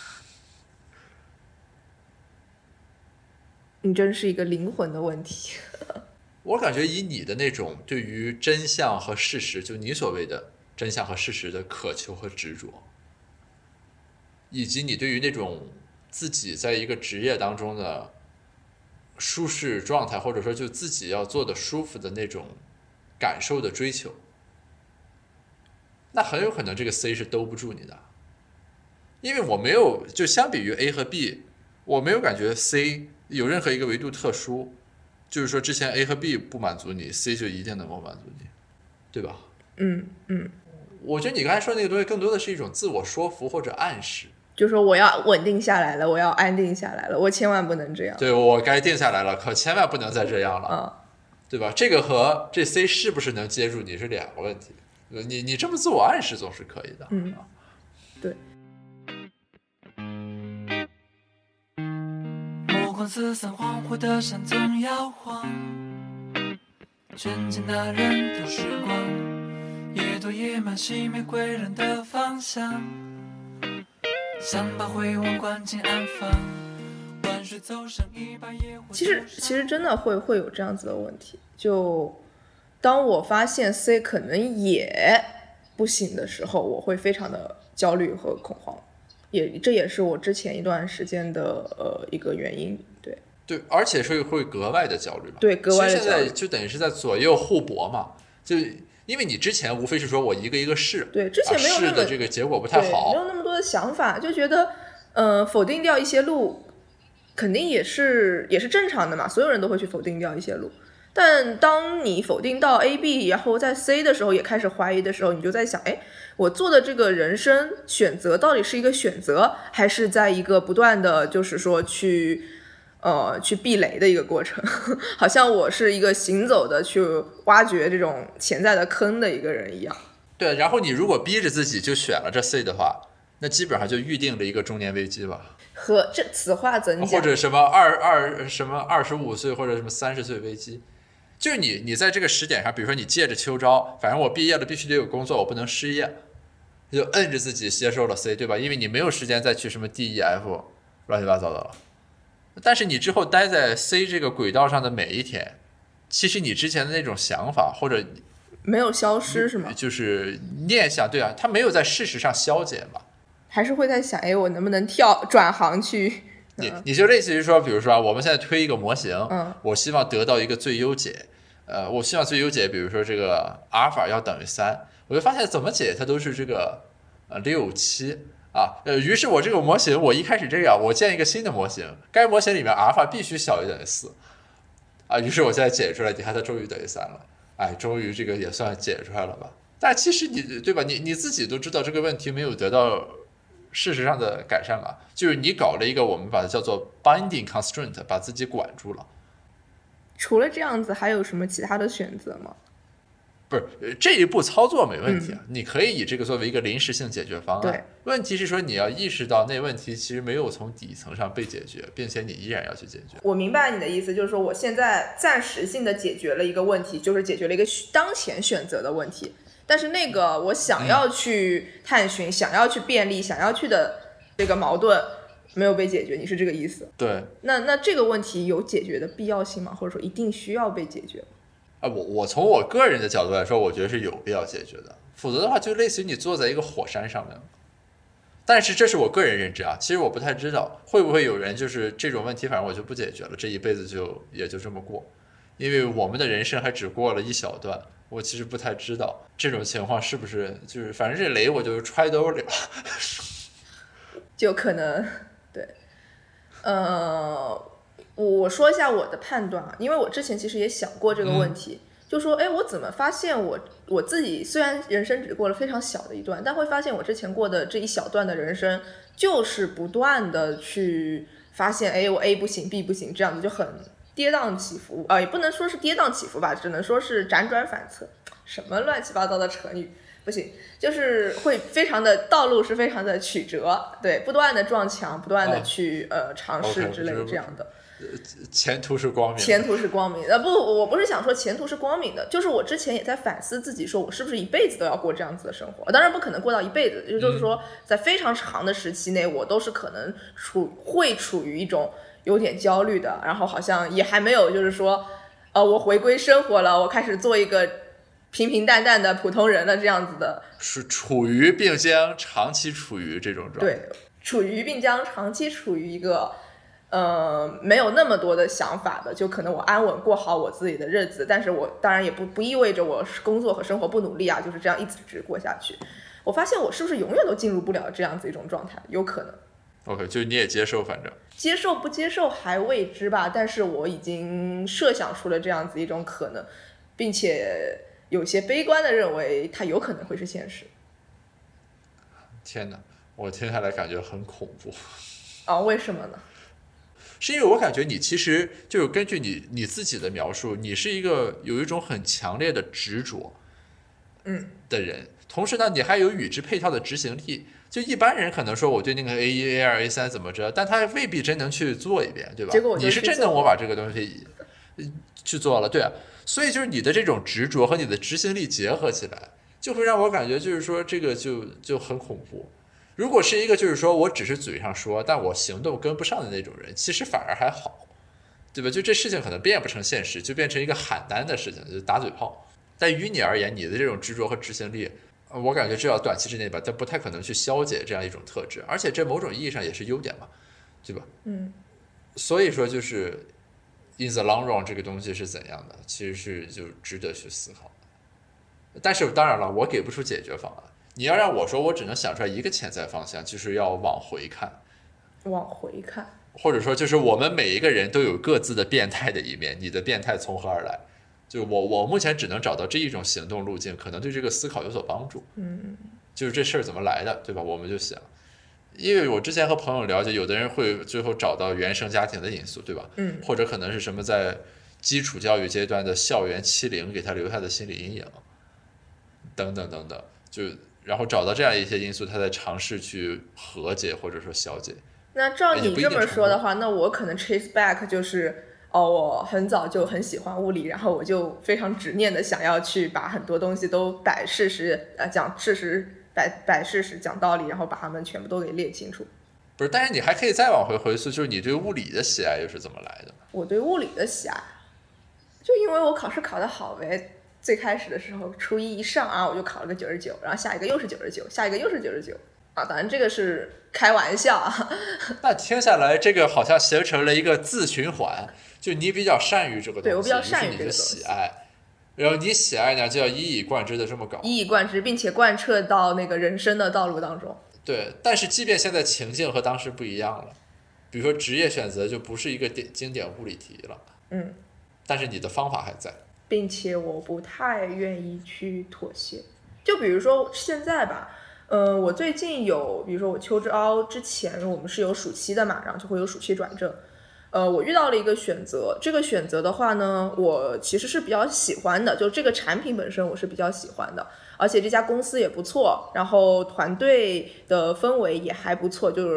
你真是一个灵魂的问题。 我感觉以你的那种对于真相和事实，就你所谓的真相和事实的渴求和执着，以及你对于那种自己在一个职业当中的舒适状态，或者说就自己要做的舒服的那种感受的追求，那很有可能这个 C 是兜不住你的。因为我没有，就相比于 A 和 B， 我没有感觉 C 有任何一个维度特殊，就是说之前 A 和 B 不满足你， C 就一定能够满足你，对吧？ 嗯嗯， 我觉得你刚才说的那个东西更多的是一种自我说服或者暗示， 就说我要稳定下来了，我要安定下来了，我千万不能这样。 对，我该定下来了，可千万不能再这样了， 嗯， 对吧？这个和这 C 是不是能接住你是两个问题，你你这么自我暗示总是可以的。 嗯，对。 目光四散，恍惚的山总摇晃，全近的人都时光，夜多夜满，熄灭归人的方向，想把回望关进暗房，万水走上一把野火。 其实其实真的会会有这样子的问题，就当我发现 C 可能也不行的时候，我会非常的焦虑和恐慌，也这也是我之前一段时间的呃一个原因。对对，而且是会格外的焦虑嘛。 对，格外的焦虑。 其实现在就等于是在左右互搏嘛，就因为你之前无非是说我一个一个试， 对，之前没有那么、 啊、试的这个结果不太好， 没有那么多的想法，就觉得呃否定掉一些路肯定也是也是正常的嘛，所有人都会去否定掉一些路。 但当你否定到 A B 然后在 C 的时候也开始怀疑的时候，你就在想，哎，我做的这个人生选择到底是一个选择，还是在一个不断的就是说去呃去避雷的一个过程？好像我是一个行走的去挖掘这种潜在的坑的一个人一样。 对，然后你如果逼着自己就选了这 C 的话，那基本上就预定了一个中年危机吧。 和这此话怎讲？ 或者什么二二什么二十五岁或者什么三十岁危机。就是你，你在这个时点上，比如说你借着秋招，反正我毕业了，必须得有工作，我不能失业，就摁着自己接受了 C， 对吧？因为你没有时间再去什么 D、E、F 乱七八糟的了。但是你之后待在 C 这个轨道上的每一天，其实你之前的那种想法或者没有消失是吗？ 就是念想，对啊，它没有在事实上消减嘛， 还是会在想，哎，我能不能跳转行去？ 你你就类似于说，比如说我们现在推一个模型， 嗯， 我希望得到一个最优解，呃，我希望最优解，比如说这个阿尔法要等于三，我就发现怎么解它都是这个呃六七啊，呃，于是我这个模型我一开始这样，我建一个新的模型，该模型里面阿尔法必须小于等于四，啊，于是我现在解出来，你看它终于等于三了，哎，终于这个也算解出来了吧？但其实你对吧？你你自己都知道这个问题没有得到事实上的改善嘛，就是你搞了一个我们把它叫做 binding constraint， 把自己管住了。 除了这样子，还有什么其他的选择吗？ 不是这一步操作没问题啊、嗯，你可以以这个作为一个临时性解决方案。 对， 问题是说你要意识到那问题其实没有从底层上被解决，并且你依然要去解决。 我明白你的意思，就是说我现在暂时性的解决了一个问题，就是解决了一个当前选择的问题。但是那个我想要去探寻、嗯、想要去便利、想要去的这个矛盾没有被解决，你是这个意思？ 对。 那那这个问题有解决的必要性吗？或者说一定需要被解决吗？ 啊，我我从我个人的角度来说，我觉得是有必要解决的，否则的话就类似于你坐在一个火山上面。但是这是我个人认知啊，其实我不太知道会不会有人就是这种问题，反正我就不解决了，这一辈子就也就这么过，因为我们的人生还只过了一小段。我其实不太知道这种情况是不是就是反正这雷我就揣兜里了就可能对呃我说一下我的判断啊，因为我之前其实也想过这个问题、嗯、就说哎，我怎么发现我我自己虽然人生只过了非常小的一段，但会发现我之前过的这一小段的人生就是不断的去发现哎，我 A 不行 B 不行，这样子就很跌宕起伏啊、呃，也不能说是跌宕起伏吧，只能说是辗转反侧，什么乱七八糟的成语，不行，就是会非常的道路是非常的曲折，对，不断的撞墙，不断的去、哦、呃尝试之类这样的。 前途是光明的， 前途是光明的。呃不，我不是想说前途是光明的，就是我之前也在反思自己，说我是不是一辈子都要过这样子的生活？当然不可能过到一辈子，也就是说，在非常长的时期内，我都是可能处会处于一种有点焦虑的，然后好像也还没有就是说呃我回归生活了，我开始做一个平平淡淡的普通人了这样子的， 是处于并将长期处于这种状态， 对，处于并将长期处于一个呃没有那么多的想法的，就可能我安稳过好我自己的日子，但是我当然也不不意味着我工作和生活不努力啊，就是这样一直过下去。我发现我是不是永远都进入不了这样子一种状态，有可能。 OK， 就你也接受，反正接受不接受还未知吧，但是我已经设想出了这样子一种可能，并且有些悲观的认为它有可能会是现实。 天哪，我听下来感觉很恐怖啊！为什么呢？ 是因为我感觉你其实就是根据你你自己的描述，你是一个有一种很强烈的执着嗯的人、嗯、同时呢你还有与之配套的执行力。就一般人可能说我对那个 A 一 A 二 A 三怎么着，但他未必真能去做一遍，对吧？ 结果我你是真能我把这个东西去做了，对啊。所以就是你的这种执着和你的执行力结合起来，就会让我感觉就是说这个就就很恐怖。如果是一个就是说我只是嘴上说但我行动跟不上的那种人，其实反而还好，对吧？就这事情可能变不成现实，就变成一个喊单的事情，就打嘴炮。但于你而言，你的这种执着和执行力，我感觉至少短期之内吧，但不太可能去消解这样一种特质，而且这某种意义上也是优点嘛，对吧？ 嗯， 所以说就是 in the long run 这个东西是怎样的，其实是就值得去思考的。但是当然了，我给不出解决方案。你要让我说，我只能想出来一个潜在方向，就是要往回看。 往回看， 或者说就是我们每一个人都有各自的变态的一面，你的变态从何而来？ 就我我目前只能找到这一种行动路径，可能对这个思考有所帮助。 嗯， 就是这事儿怎么来的，对吧？我们就想，因为我之前和朋友了解，有的人会最后找到原生家庭的因素，对吧？ 嗯， 或者可能是什么在基础教育阶段的校园欺凌给他留下的心理阴影，等等等等，就然后找到这样一些因素，他在尝试去和解或者说消解。 那照你这么说的话，那我可能 chase back 就是哦，我很早就很喜欢物理，然后我就非常执念的想要去把很多东西都摆事实，呃，讲事实，摆摆事实，讲道理，然后把它们全部都给列清楚。 不是，但是你还可以再往回回溯，就是你对物理的喜爱又是怎么来的？ 我对物理的喜爱，就因为我考试考得好呗。最开始的时候，初一一上啊，我就考了个九十九，然后下一个又是九十九，下一个又是九十九啊。当然这个是开玩笑啊。 那听下来，这个好像形成了一个自循环，就你比较善于这个东西， 对我比较善于这个喜爱，然后你喜爱呢就要一以贯之的这么搞， 一以贯之，并且贯彻到那个人生的道路当中。 对，但是即便现在情境和当时不一样了，比如说职业选择就不是一个典经典物理题了， 嗯， 但是你的方法还在， 并且我不太愿意去妥协。就比如说现在吧，呃，我最近有，比如说我秋招之前我们是有暑期的嘛，然后就会有暑期转正。呃，我遇到了一个选择，这个选择的话呢，我其实是比较喜欢的，就这个产品本身我是比较喜欢的，而且这家公司也不错，然后团队的氛围也还不错，就是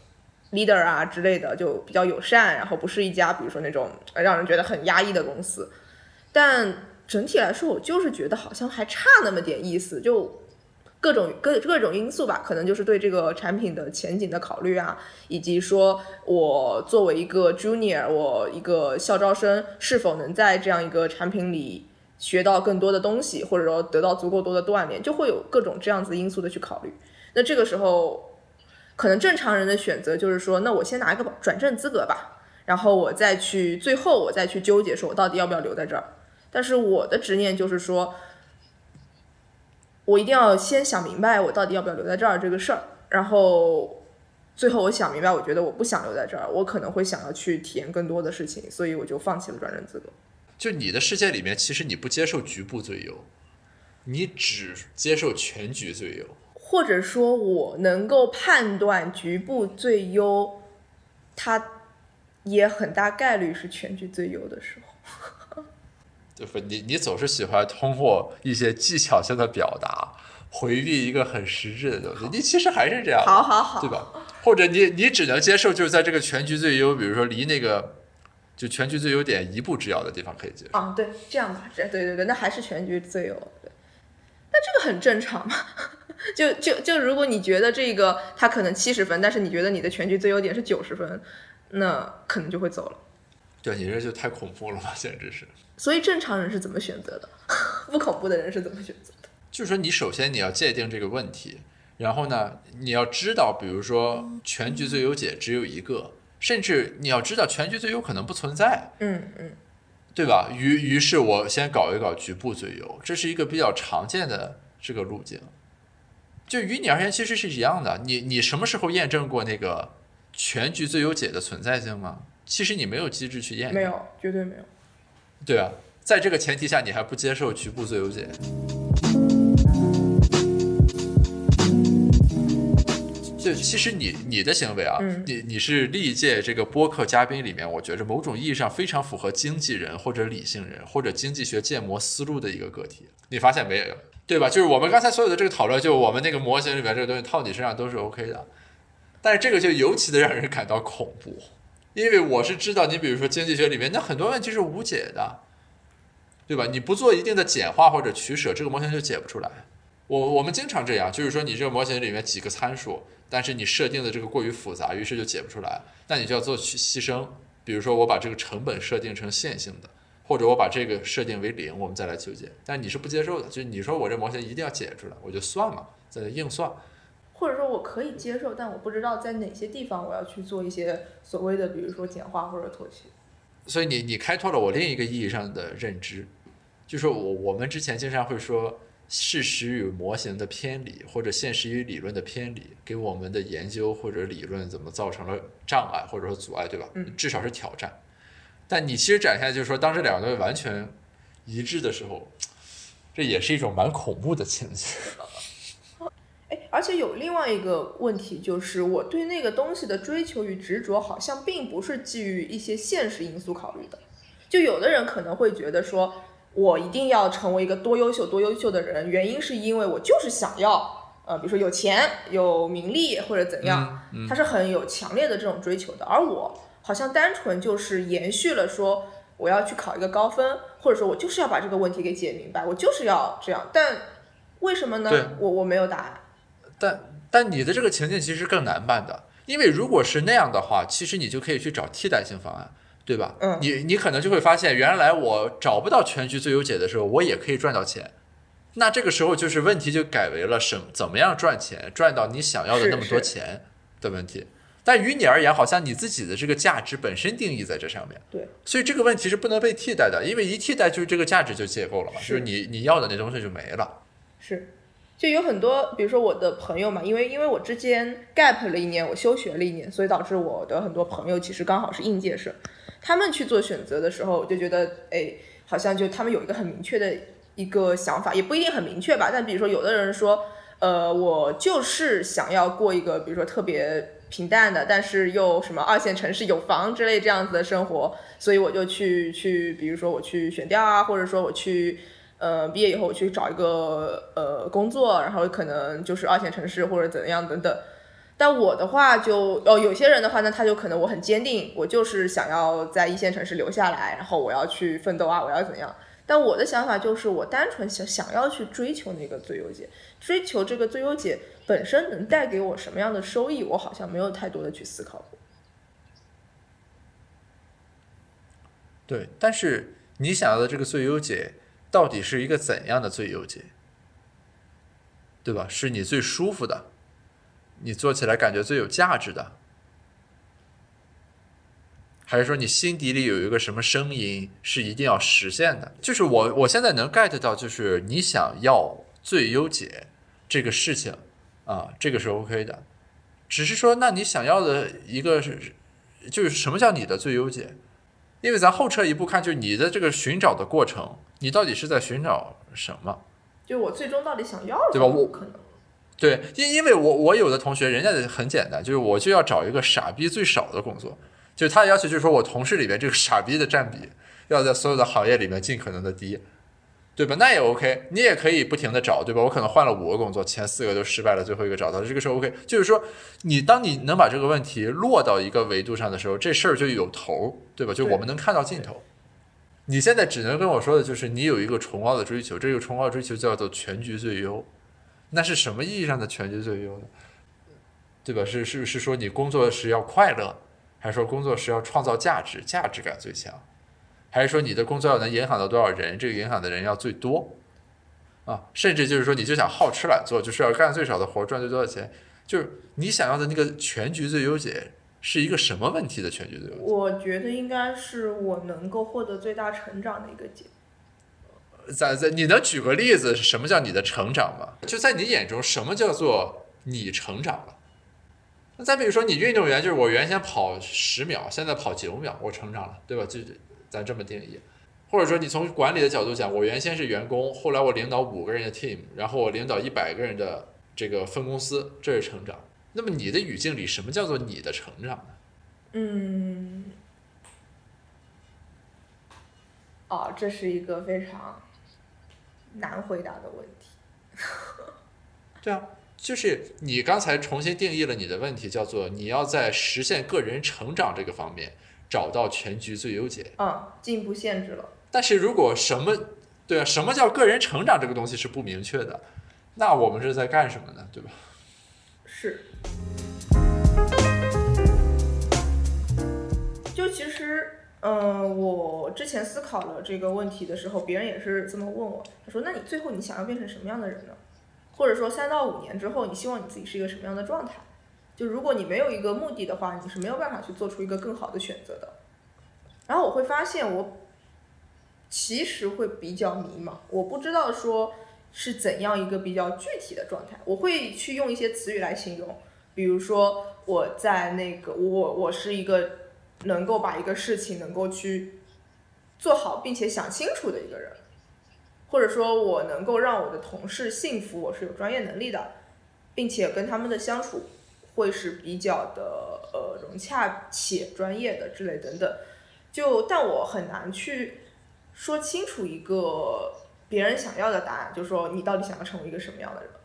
leader 啊之类的就比较友善，然后不是一家比如说那种让人觉得很压抑的公司，但整体来说我就是觉得好像还差那么点意思，就各种各各种因素吧，可能就是对这个产品的前景的考虑啊，以及说我作为一个 junior， 我一个校招生是否能在这样一个产品里学到更多的东西，或者说得到足够多的锻炼，就会有各种这样子因素的去考虑。那这个时候可能正常人的选择就是说，那我先拿一个转正资格吧，然后我再去最后我再去纠结说我到底要不要留在这儿。但是我的执念就是说，我一定要先想明白我到底要不要留在这儿这个事儿，然后最后我想明白，我觉得我不想留在这儿，我可能会想要去体验更多的事情，所以我就放弃了转正资格。 就你的世界里面，其实你不接受局部最优，你只接受全局最优， 或者说我能够判断局部最优，它也很大概率是全局最优的时候。 对不？你你总是喜欢通过一些技巧性的表达回避一个很实质的东西，你其实还是这样， 好好好， 对吧？或者你你只能接受就是在这个全局最优，比如说离那个就全局最优点一步之遥的地方可以接受。 啊，对，这样吧，这对对对，那还是全局最优。对，那这个很正常嘛。就就就如果你觉得这个它可能七十分，但是你觉得你的全局最优点是九十分，那可能就会走了。 对，你这就太恐怖了嘛，简直是。 所以正常人是怎么选择的？不恐怖的人是怎么选择的？ 就是说，你首先你要界定这个问题，然后呢，你要知道，比如说全局最优解只有一个，甚至你要知道全局最优可能不存在， 嗯嗯， 对吧？于于是我先搞一搞局部最优，这是一个比较常见的这个路径。就于你而言，其实是一样的。你你什么时候验证过那个全局最优解的存在性吗？其实你没有机制去验证， 没有，绝对没有。 对啊，在这个前提下，你还不接受局部最优解。就其实你你的行为啊， 嗯、 你你是历届这个播客嘉宾里面，我觉着某种意义上非常符合经纪人或者理性人或者经济学建模思路的一个个体。你发现没有？对吧？就是我们刚才所有的这个讨论，就我们那个模型里面这个东西套你身上都是 OK 的，但是这个就尤其的让人感到恐怖。因为我是知道，你比如说经济学里面，那很多问题是无解的，对吧？你不做一定的简化或者取舍，这个模型就解不出来。我我们经常这样，就是说你这个模型里面几个参数，但是你设定的这个过于复杂，于是就解不出来。那你就要做牺牲，比如说我把这个成本设定成线性的，或者我把这个设定为零，我们再来纠结。但是你是不接受的，就是你说我这模型一定要解出来，我就算嘛，在硬算。 或者说我可以接受，但我不知道在哪些地方我要去做一些所谓的比如说简化或者妥协。 所以你你开拓了我另一个意义上的认知，就是我我们之前经常会说事实与模型的偏离，或者现实与理论的偏离，给我们的研究或者理论怎么造成了障碍或者说阻碍，对吧？ 嗯， 至少是挑战。但你其实展现就是说，当这两个东西完全一致的时候，这也是一种蛮恐怖的情绪。 哎，而且有另外一个问题，就是我对那个东西的追求与执着，好像并不是基于一些现实因素考虑的。就有的人可能会觉得说，我一定要成为一个多优秀多优秀的人，原因是因为我就是想要，呃，比如说有钱、有名利或者怎样， 嗯嗯、 他是很有强烈的这种追求的。而我好像单纯就是延续了说，我要去考一个高分，或者说我就是要把这个问题给解明白，我就是要这样。但为什么呢？我我没有答案。 但但你的这个情境其实更难办的，因为如果是那样的话，其实你就可以去找替代性方案，对吧？ 嗯， 你你可能就会发现，原来我找不到全局最优解的时候，我也可以赚到钱。那这个时候就是问题就改为了什怎么样赚钱，赚到你想要的那么多钱的问题。但于你而言，好像你自己的这个价值本身定义在这上面， 对， 所以这个问题是不能被替代的，因为一替代就是这个价值就解构了嘛， 是就是你你要的那东西就没了。 是。就有很多，比如说我的朋友嘛，因为因为我之间 gap 了一年，我休学了一年，所以导致我的很多朋友其实刚好是应届生，他们去做选择的时候，我就觉得，哎，好像就他们有一个很明确的一个想法，也不一定很明确吧，但比如说有的人说，呃，我就是想要过一个，比如说特别平淡的，但是又什么二线城市有房之类这样子的生活，所以我就去去，比如说我去选调啊，或者说我去。呃，毕业以后我去找一个呃工作，然后可能就是二线城市或者怎样等等。但我的话就哦，有些人的话呢，他就可能我很坚定，我就是想要在一线城市留下来，然后我要去奋斗啊，我要怎样。但我的想法就是，我单纯想想要去追求那个最优解，追求这个最优解本身能带给我什么样的收益，我好像没有太多的去思考过。 对，但是你想要的这个最优解。到底是一个怎样的最优解，对吧？是你最舒服的，你做起来感觉最有价值的，还是说你心底里有一个什么声音是一定要实现的？就是我我现在能 get 到，就是你想要最优解这个事情啊，这个是 OK 的。只是说，那你想要的一个是，就是什么叫你的最优解？因为咱后撤一步看，就是你的这个寻找的过程。你到底是在寻找什么？ 就我最终到底想要什么？ 对吧？我可能对，因因为我我有的同学，人家很简单，就是我就要找一个傻逼最少的工作，就是他的要求就是说我同事里面这个傻逼的占比要在所有的行业里面尽可能的低，对吧？那也 OK， 你也可以不停的找，对吧？我可能换了五个工作，前四个都失败了，最后一个找到，这个是 OK。就是说，你当你能把这个问题落到一个维度上的时候，这事儿就有头，对吧？就我们能看到尽头。你现在只能跟我说的就是你有一个崇高的追求，这个崇高的追求叫做全局最优。那是什么意义上的全局最优呢？对吧？是是是说你工作时要快乐，还是说工作时要创造价值，价值感最强，还是说你的工作要能影响到多少人，这个影响的人要最多啊？甚至就是说你就想好吃懒做，就是要干最少的活赚最多的钱，就是你想要的那个全局最优解是一个什么问题的全局最优解？ 我觉得应该是我能够获得最大成长的一个解。 在在，你能举个例子，什么叫你的成长吗？就在你眼中，什么叫做你成长了？那再比如说，你运动员就是我原先跑十秒，现在跑九秒，我成长了，对吧？就咱这么定义。或者说，你从管理的角度讲，我原先是员工，后来我领导五个人的 team， 然后我领导一百个人的这个分公司，这是成长。那么你的语境里，什么叫做你的成长呢？ 嗯，哦，这是一个非常难回答的问题。 对啊，就是你刚才重新定义了你的问题，叫做你要在实现个人成长这个方面找到全局最优解。 嗯，进步限制了。 但是如果什么，对啊，什么叫个人成长这个东西是不明确的，那我们是在干什么呢？对吧？ 是。就其实。嗯，我之前思考了这个问题的时候，别人也是这么问我，他说：“那你最后你想要变成什么样的人呢？或者说三到五年之后，你希望你自己是一个什么样的状态？就如果你没有一个目的的话，你是没有办法去做出一个更好的选择的。”然后我会发现，我其实会比较迷茫，我不知道说是怎样一个比较具体的状态。我会去用一些词语来形容，比如说我在那个我我是一个。能够把一个事情能够去做好并且想清楚的一个人， 或者说我能够让我的同事信服我是有专业能力的，并且跟他们的相处会是比较的呃融洽且专业的之类等等。就但我很难去说清楚一个别人想要的答案，就是说你到底想要成为一个什么样的人。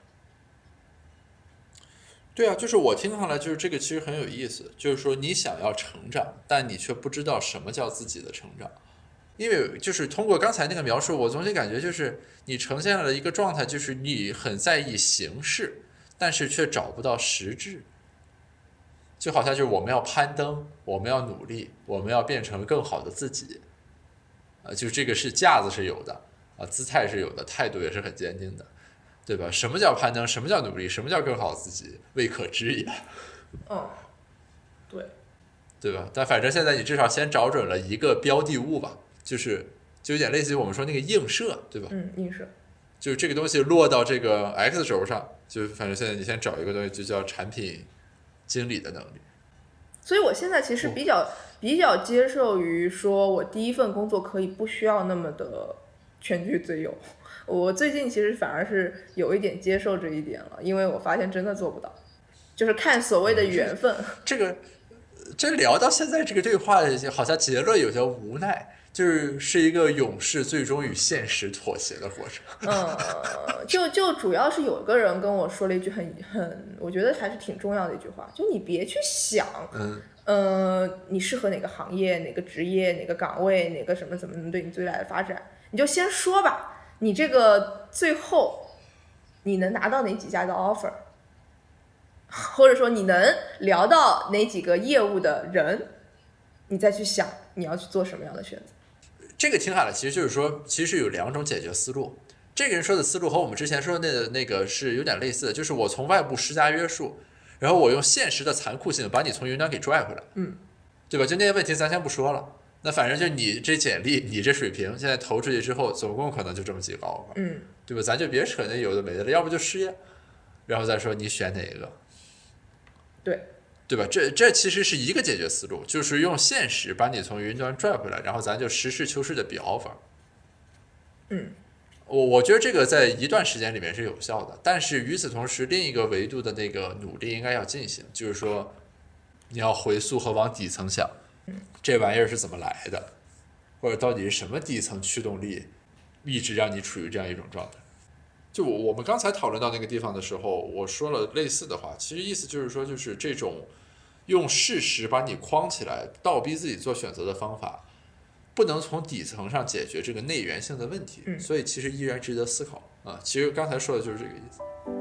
对啊，就是我听上来就是这个其实很有意思，就是说你想要成长，但你却不知道什么叫自己的成长。因为就是通过刚才那个描述，我总体感觉就是你呈现了一个状态，就是你很在意形式，但是却找不到实质。就好像就是我们要攀登，我们要努力，我们要变成更好的自己。呃，就这个是架子是有的啊，姿态是有的，态度也是很坚定的。对吧？什么叫攀登？什么叫努力？什么叫更好自己？未可知也。 嗯，对， 对吧？但反正现在你至少先找准了一个标的物吧，就是就有点类似于我们说那个映射，对吧？ 嗯，映射。 就是这个东西落到这个 X 轴上，就反正现在你先找一个东西，就叫产品经理的能力。 所以我现在其实比较、哦、比较接受于说，我第一份工作可以不需要那么的全剧最优。我最近其实反而是有一点接受这一点了，因为我发现真的做不到，就是看所谓的缘分。 嗯、这个这聊到现在这个对话，好像结论有些无奈，就是是一个勇士最终与现实妥协的过程。 嗯，就就主要是有个人跟我说了一句很很，我觉得还是挺重要的一句话，就你别去想， 嗯。 呃，你适合哪个行业、哪个职业、哪个岗位、哪个什么怎么能对你最大的发展，你就先说吧。你这个最后你能拿到哪几家的 offer， 或者说你能聊到哪几个业务的人，你再去想你要去做什么样的选择。 这个听下来其实就是说，其实有两种解决思路。这个人说的思路和我们之前说的那个那个是有点类似的，就是我从外部施加约束，然后我用现实的残酷性把你从云端给拽回来， 嗯， 对吧？就那些问题咱先不说了，那反正就你这简历，你这水平，现在投出去之后，总共可能就这么几个 offer， 嗯， 对吧？咱就别扯那有的没的了，要不就失业，然后再说你选哪一个， 对， 对吧？这这其实是一个解决思路，就是用现实把你从云端拽回来，然后咱就实事求是的比 offer。 嗯， 我我觉得这个在一段时间里面是有效的，但是与此同时，另一个维度的那个努力应该要进行，就是说你要回溯和往底层想。这玩意儿是怎么来的，或者到底是什么底层驱动力一直让你处于这样一种状态。就我们刚才讨论到那个地方的时候，我说了类似的话，其实意思就是说，就是这种用事实把你框起来倒逼自己做选择的方法，不能从底层上解决这个内源性的问题， 嗯、 所以其实依然值得思考啊。其实刚才说的就是这个意思。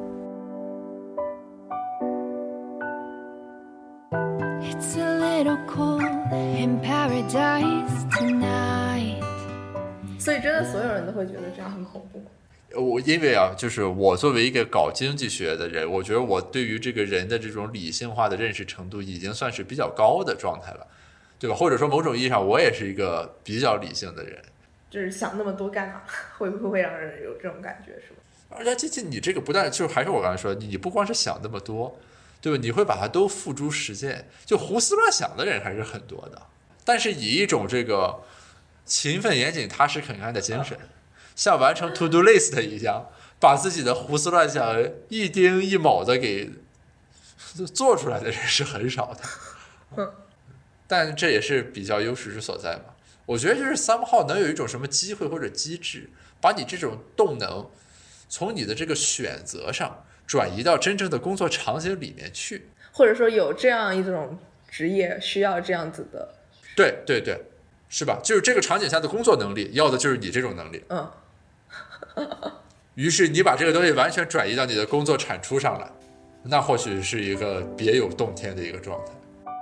It's a little cold in paradise tonight。 所以真的所有人都会觉得这样很恐怖吗？ 我因为啊，就是我作为一个搞经济学的人，我觉得我对于这个人的这种理性化的认识程度已经算是比较高的状态了，对吧？或者说某种意义上，我也是一个比较理性的人。 就是想那么多干嘛？会不会让人有这种感觉，是吧？ 而且这你这个不但就还是我刚才说，你不光是想那么多，对吧？你会把它都付诸实践，就胡思乱想的人还是很多的。但是以一种这个勤奋、严谨、踏实、肯干的精神，像完成 to do list 一样，把自己的胡思乱想一丁一卯的给做出来的人是很少的。但这也是比较优势之所在嘛。我觉得就是 somehow 能有一种什么机会或者机制，把你这种动能从你的这个选择上转移到真正的工作场景里面去， 或者说有这样一种职业需要这样子的。 对对对，是吧？就是这个场景下的工作能力要的就是你这种能力。 嗯。 于是你把这个东西完全转移到你的工作产出上来，那或许是一个别有洞天的一个状态。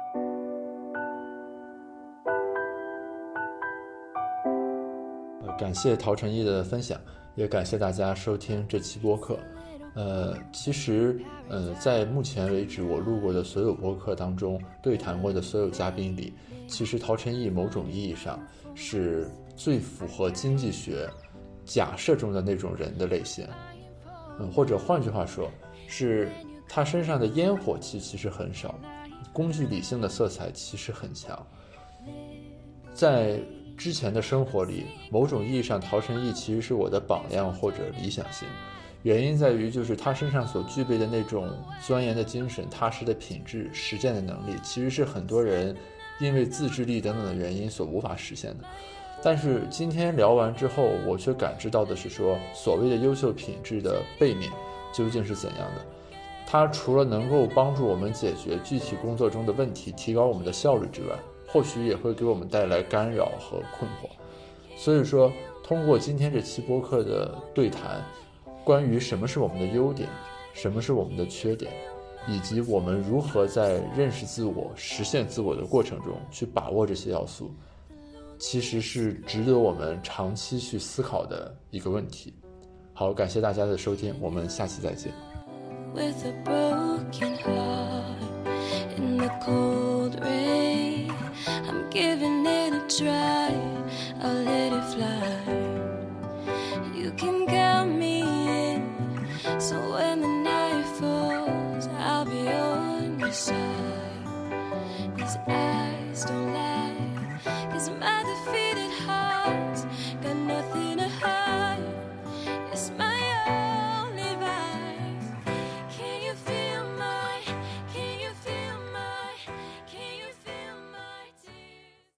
感谢陶成毅的分享，也感谢大家收听这期播客。呃，其实，呃，在目前为止我录过的所有播客当中，对谈过的所有嘉宾里，其实陶成毅某种意义上是最符合经济学假设中的那种人的类型。嗯，或者换句话说，是他身上的烟火气其实很少，工具理性的色彩其实很强。在之前的生活里，某种意义上陶成义其实是我的榜样或者理想型。原因在于就是他身上所具备的那种钻研的精神、踏实的品质、实践的能力，其实是很多人因为自制力等等的原因所无法实现的。但是今天聊完之后，我却感知到的是说，所谓的优秀品质的背面究竟是怎样的。它除了能够帮助我们解决具体工作中的问题，提高我们的效率之外，或许也会给我们带来干扰和困惑。所以说，通过今天这期播客的对谈，关于什么是我们的优点，什么是我们的缺点，以及我们如何在认识自我、实现自我的过程中去把握这些要素，其实是值得我们长期去思考的一个问题。好，感谢大家的收听，我们下期再见。 With a broken heart in the cold rain, I'm giving it a try, I'll let it fly. You can